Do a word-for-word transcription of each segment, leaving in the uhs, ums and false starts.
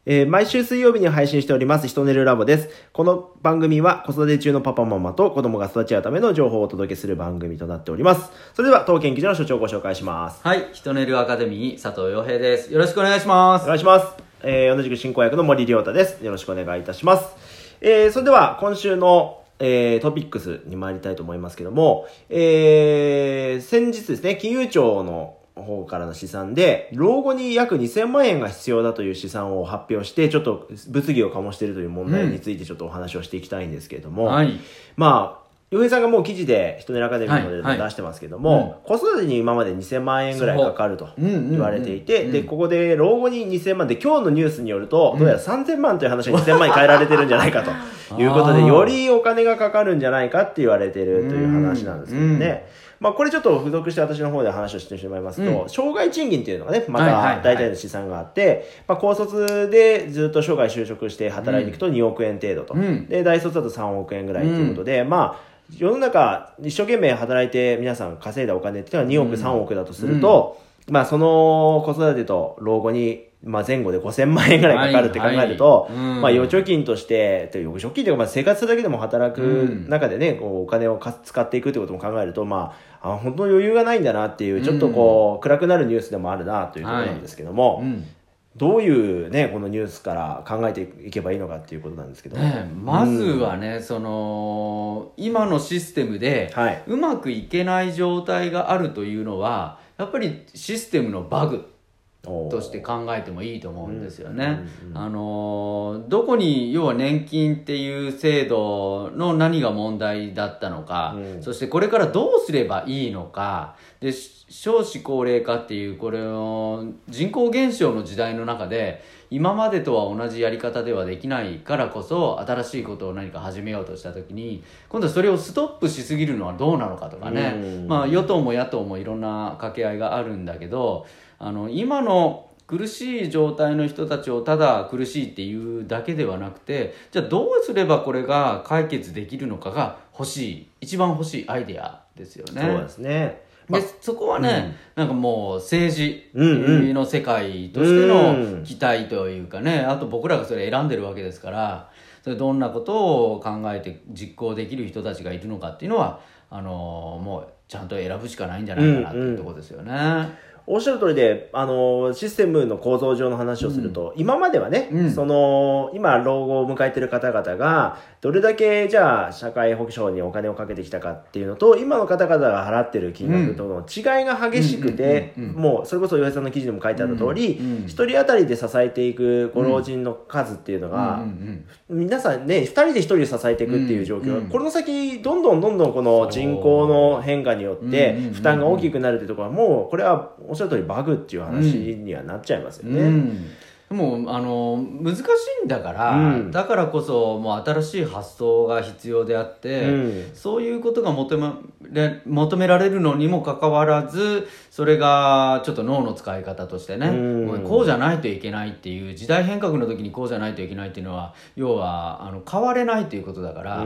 えー、毎週水曜日に配信しておりますひとねるラボです。この番組は子育て中のパパママと子供が育ち合うための情報をお届けする番組となっております。それでは当研究所の所長をご紹介します。 はい、ひとねるアカデミー佐藤洋平です。よろしくお願いします。 お願いします。えー、同じく進行役の森亮太です。よろしくお願いいたします。えー、それでは今週のえー、トピックスに参りたいと思いますけども、えー、先日ですね、金融庁の方からの試算で、老後に約にせんまんえんが必要だという試算を発表して、ちょっと物議を醸しているという問題についてちょっとお話をしていきたいんですけれども、 うんはい、 まあ、洋平さんがもう記事でひとねるアカデミーので出してますけども、はいはい、子育てに今までにせんまんえんぐらいかかると言われていて、で、ここで老後ににせんまんで、今日のニュースによると、どうやらさんぜんまんという話がにせんまんに変えられてるんじゃないかということで、よりお金がかかるんじゃないかって言われてるという話なんですけどね。まあこれちょっと付属して私の方で話をしてしまいますと、うん、生涯賃金っていうのがね、また大体の試算があって、はいはいはい、まあ高卒でずっと生涯就職して働いていくとにおくえん程度と。うん、で、大卒だとさんおくえんぐらいということで、うん、まあ、世の中一生懸命働いて皆さん稼いだお金っていうのはにおく、さんおくだとすると、うん、まあその子育てと老後にまあ前後でごせんまんえんぐらいかかるって考えると、はいはいうん、まあ預貯金として、預貯金というかまあ生活するだけでも働く中でね、こうお金を使っていくってことも考えると、まあ、あ本当に余裕がないんだなっていう、ちょっとこう暗くなるニュースでもあるなというところなんですけども、はいうんどういうね、このニュースから考えていけばいいのかっていうことなんですけど。 ね、まずはね、うん、その、今のシステムで、うまくいけない状態があるというのは、やっぱりシステムのバグとして考えてもいいと思うんですよね。うんうんうん、あの、どこに、要は年金っていう制度の何が問題だったのか、うん、そしてこれからどうすればいいのか、で、少子高齢化っていうこれの人口減少の時代の中で今までとは同じやり方ではできないからこそ新しいことを何か始めようとした時に今度はそれをストップしすぎるのはどうなのかとかね、まあ与党も野党もいろんな掛け合いがあるんだけどあの今の苦しい状態の人たちをただ苦しいっていうだけではなくてじゃあどうすればこれが解決できるのかが欲しい一番欲しいアイデアですよね。 そうですね。 でそこはね、うん、なんかもう政治の世界としての期待というかね、うんうん、あと僕らがそれ選んでるわけですからそれどんなことを考えて実行できる人たちがいるのかっていうのはあのー、もうちゃんと選ぶしかないんじゃないかなっていうところですよね。うんうんおっしゃる通りで、あの、システムの構造上の話をすると、うん、今まではね、うん、その、今、老後を迎えている方々が、どれだけ、じゃあ、社会保険にお金をかけてきたかっていうのと、今の方々が払ってる金額との違いが激しくて、もう、それこそ、岩井さんの記事でも書いてあった通り、うんうん、一人当たりで支えていくご老人の数っていうのが、うん、皆さんね、二人で一人で支えていくっていう状況、うん、この先、どんどんどんどんこの人口の変化によって、負担が大きくなるっていうところは、もう、これは、おっしゃる通りバグっていう話にはなっちゃいますよね。うんうんもうあの難しいんだから、うん、だからこそもう新しい発想が必要であって、うん、そういうことが求め、求められるのにもかかわらずそれがちょっと脳の使い方としてね、うん、こうじゃないといけないっていう時代変革の時にこうじゃないといけないっていうのは要はあの変われないということだから、うん、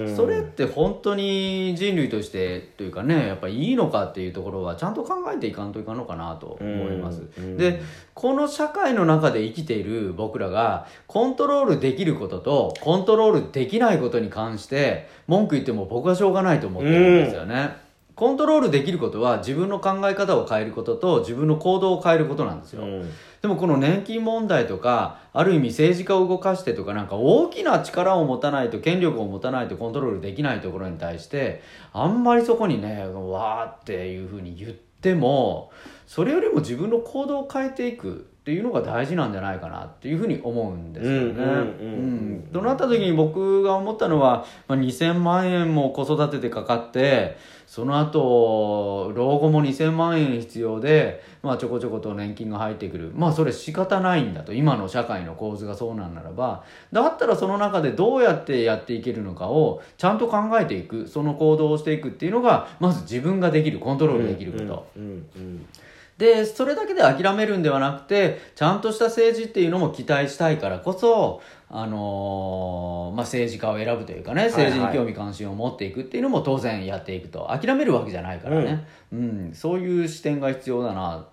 それって本当に人類としてというかねやっぱりいいのかっていうところはちゃんと考えていかんといかんのかなと思います。でこの社会の中で生きている僕らがコントロールできることとコントロールできないことに関して文句言っても僕はしょうがないと思ってるんですよね。コントロールできることは自分の考え方を変えることと自分の行動を変えることなんですよ。でもこの年金問題とかある意味政治家を動かしてとかなんか大きな力を持たないと権力を持たないとコントロールできないところに対してあんまりそこにねわーっていうふうに言ってもそれよりも自分の行動を変えていくっていうのが大事なんじゃないかなっていうふうに思うんですよね。となった時に僕が思ったのは、まあ、にせんまんえんも子育てでかかってその後老後もにせんまんえん必要で、まあ、ちょこちょこと年金が入ってくるまあそれ仕方ないんだと今の社会の構図がそうなんならばだったらその中でどうやってやっていけるのかをちゃんと考えていくその行動をしていくっていうのがまず自分ができるコントロールできること、うんうんうんうんでそれだけで諦めるんではなくてちゃんとした政治っていうのも期待したいからこそ、あのーまあ、政治家を選ぶというかね政治に興味関心を持っていくっていうのも当然やっていくと諦めるわけじゃないからね、うんうん、そういう視点が必要だな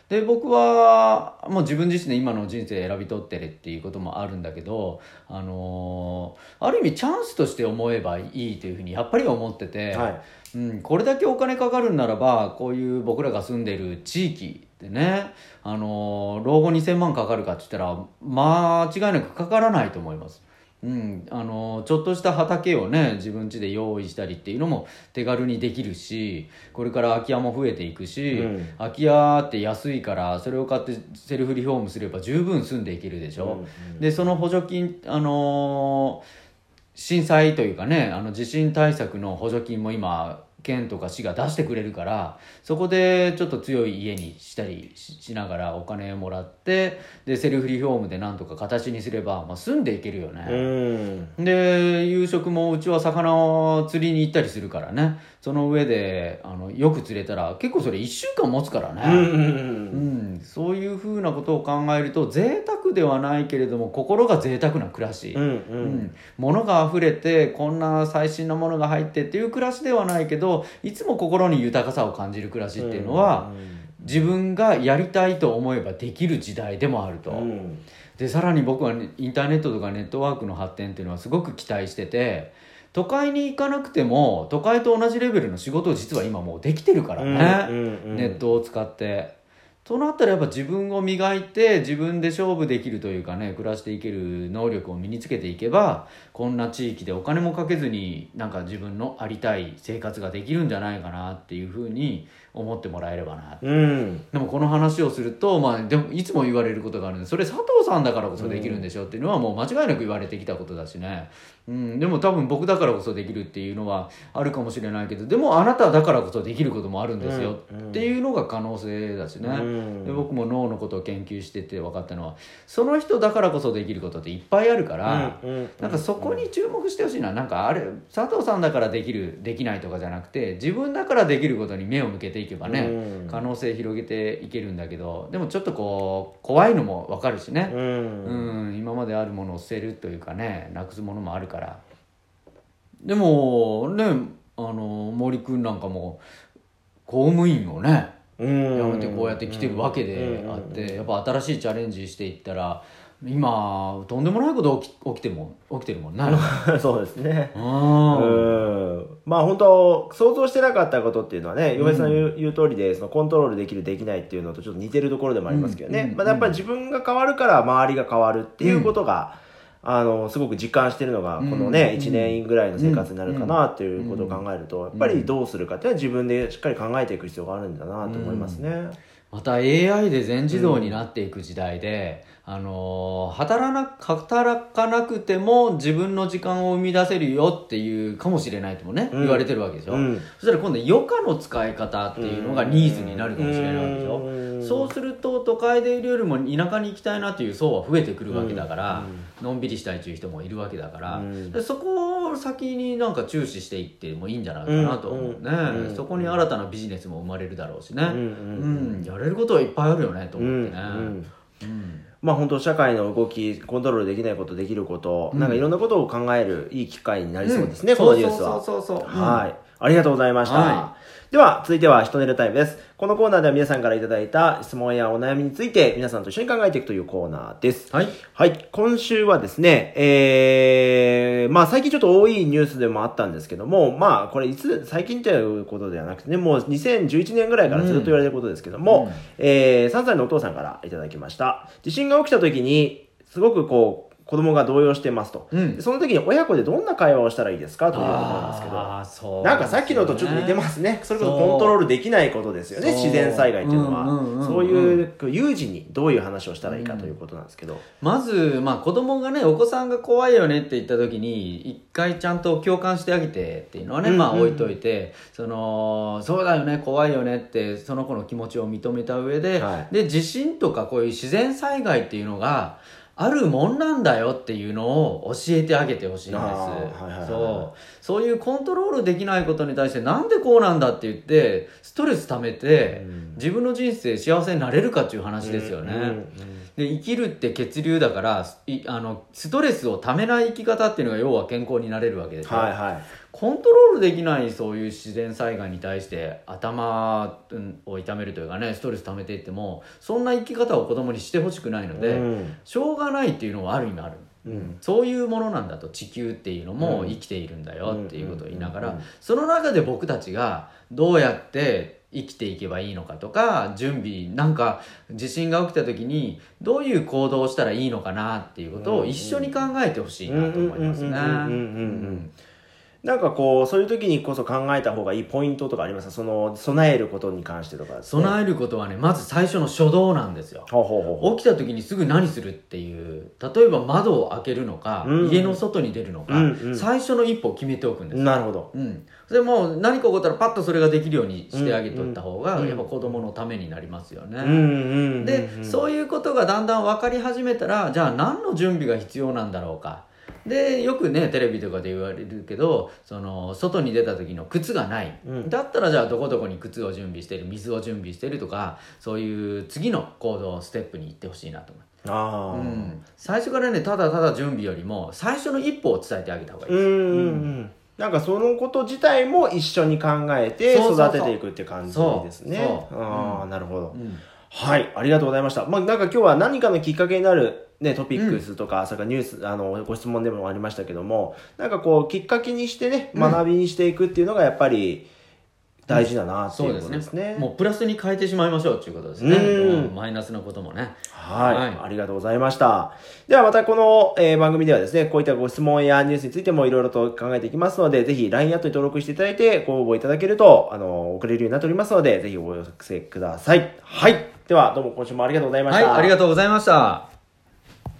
で僕はもう自分自身で今の人生選び取ってるっていうこともあるんだけど、あのー、ある意味チャンスとして思えばいいというふうにやっぱり思ってて、はい、うん、これだけお金かかるんならばこういう僕らが住んでる地域でね、あのー、老後にせんまんかかるかって言ったら間違いなくかからないと思います。うん、あのちょっとした畑をね自分家で用意したりっていうのも手軽にできるし、これから空き家も増えていくし、うん、空き家って安いからそれを買ってセルフリフォームすれば十分住んでいけるでしょ、うんうん、でその補助金、あのー、震災というかね、あの地震対策の補助金も今県とか市が出してくれるから、そこでちょっと強い家にしたりしながらお金をもらって、でセルフリフォームでなんとか形にすれば、まあ、住んでいけるよね。うんで夕食もうちは魚を釣りに行ったりするからね、その上であのよく釣れたら結構それいっしゅうかん持つからね。うん、うん、そういうふうなことを考えると贅沢ではないけれども心が贅沢な暮らし、うんうんうん、物が溢れてこんな最新のものが入ってっていう暮らしではないけど、いつも心に豊かさを感じる暮らしっていうのは、うんうん、自分がやりたいと思えばできる時代でもあると、うん、でさらに僕は、ね、インターネットとかネットワークの発展っていうのはすごく期待してて、都会に行かなくても都会と同じレベルの仕事を実は今もうできてるからね、うんうんうん、ネットを使ってとなったらやっぱ自分を磨いて自分で勝負できるというかね、暮らしていける能力を身につけていけばこんな地域でお金もかけずになんか自分のありたい生活ができるんじゃないかなっていうふうに思ってもらえればな、うん、でもこの話をすると、まあ、でもいつも言われることがあるんで、それ佐藤さんだからこそできるんでしょっていうのはもう間違いなく言われてきたことだしね、うん、でも多分僕だからこそできるっていうのはあるかもしれないけど、でもあなただからこそできることもあるんですよっていうのが可能性だしね、うん、で僕も脳のことを研究してて分かったのはその人だからこそできることっていっぱいあるから、うんうん、なんかそこに注目してほしいな。なんかあれ佐藤さんだからできるできないとかじゃなくて自分だからできることに目を向けていけばね、うん、可能性広げていけるんだけど、でもちょっとこう怖いのも分かるしね、うんうん、今まであるものを捨てるというかね、なくすものもあるから。でもね、あの森くんなんかも公務員をねやめてこうやって来てるわけであって、やっぱ新しいチャレンジしていったら今とんでもないこと起き、起きても起きてるもんねそうですね。うん、まあ本当想像してなかったことっていうのはね、嫁さん言う、言う通りでそのコントロールできるできないっていうのとちょっと似てるところでもありますけどね、うんうんうん、まあ、やっぱり自分が変わるから周りが変わるっていうことが、うん、あのすごく実感してるのがこのね、うん、いちねんぐらいの生活になるかなっていうことを考えると、やっぱりどうするかっていうのは自分でしっかり考えていく必要があるんだなと思いますね、うん、 また エーアイ で全自動になっていく時代で、うん、あの働な、働かなくても自分の時間を生み出せるよっていうかもしれないともね、うん、言われてるわけでしょ、うん、そしたら今度余暇の使い方っていうのがニーズになるかもしれないわけでしょ、うん、そうすると都会でいるよりも田舎に行きたいなっていう層は増えてくるわけだから、うん、のんびりしたいという人もいるわけだから、うん、でそこを先になんか注視していってもいいんじゃないかなと思うね、うんうん、そこに新たなビジネスも生まれるだろうしね、うんうんうん、やれることはいっぱいあるよねと思ってね、うんうんうん、 まあ本当社会の動きコントロールできないことできること、うん、なんかいろんなことを考えるいい機会になりそうですね、うん、このニュースは。 そうそうそうそう、 はい、うん、ありがとうございました、はい、では続いてはひとねるタイムです。このコーナーでは皆さんからいただいた質問やお悩みについて皆さんと一緒に考えていくというコーナーです。はい、はい、今週はですね、えー、まあ最近ちょっと多いニュースでもあったんですけども、まあこれいつ最近ということではなくてね、もうにせんじゅういちねんぐらいからずっと言われていることですけども、うん、えー、さんさいのお父さんからいただきました。地震が起きた時にすごくこう子供が動揺してますと、うん、その時に親子でどんな会話をしたらいいですかということなんですけど、あそうですね、なんかさっきのとちょっと似てますね。それこそコントロールできないことですよね、自然災害っていうのは、うんうんうんうん、そういう有事にどういう話をしたらいいかということなんですけど、うん、 まず、まあ、子供がねお子さんが怖いよねって言った時に一回ちゃんと共感してあげてっていうのはね、うんうん、まあ置いといて、そのそうだよね怖いよねってその子の気持ちを認めた上で、はい、で地震とかこういう自然災害っていうのがあるもんなんだよっていうのを教えてあげてほしいんです、はいはいはい、そうそういうコントロールできないことに対してなんでこうなんだって言ってストレス溜めて、うん、自分の人生幸せになれるかっていう話ですよね、うんうんうん、 で生きるって血流だからいあのストレスをためない生き方っていうのが要は健康になれるわけですよ、 はいはい、 コントロールできないそういう自然災害に対して頭を痛めるというかねストレス溜めていってもそんな生き方を子供にしてほしくないので、うん、しょうがないっていうのはある意味ある、うん、そういうものなんだと地球っていうのも生きているんだよっていうことを言いながらその中で僕たちがどうやって生きていけばいいのかとか準備なんか地震が起きた時にどういう行動をしたらいいのかなっていうことを一緒に考えてほしいなと思いますね。 なんかこうそういう時にこそ考えた方がいいポイントとかありますか？その備えることに関してとかですね。 備えることはねまず最初の初動なんですよ。ほうほうほうほう。起きた時にすぐ何するっていう例えば窓を開けるのか、うん、家の外に出るのか、うんうん、最初の一歩を決めておくんですよ。 なるほど、 うん、それも何か起こったらパッとそれができるようにしてあげとった方が、うんうん、やっぱ子供のためになりますよね、うんうんうんうん、でそういうことがだんだん分かり始めたらじゃあ何の準備が必要なんだろうかでよくねテレビとかで言われるけどその外に出た時の靴がない、うん、だったらじゃあどこどこに靴を準備してる水を準備してるとかそういう次の行動ステップに行ってほしいなと思う。あ、うん、最初からねただただ準備よりも最初の一歩を伝えてあげた方がいいです。うんうん、 なんかそのこと自体も一緒に考えて育てていくって感じですね。そうそうそう、ああ、うん、なるほど、うん、はい、ありがとうございました。まあ、なんか今日は何かのきっかけになるね、トピックスとか、うん、それからニュース、あの、ご質問でもありましたけども、なんかこう、きっかけにしてね、学びにしていくっていうのがやっぱり大事だなっていうことですね。うん、そうですね。 もうプラスに変えてしまいましょうっていうことですね。うん、マイナスなこともね。 はい、はい。ありがとうございました。ではまたこの、えー、番組ではですね、こういったご質問やニュースについてもいろいろと考えていきますので、ぜひ ライン アットに登録していただいてご応募いただけると、あの、送れるようになっておりますので、ぜひお寄せください。はい。では、どうも今週もありがとうございました。 はい、ありがとうございました。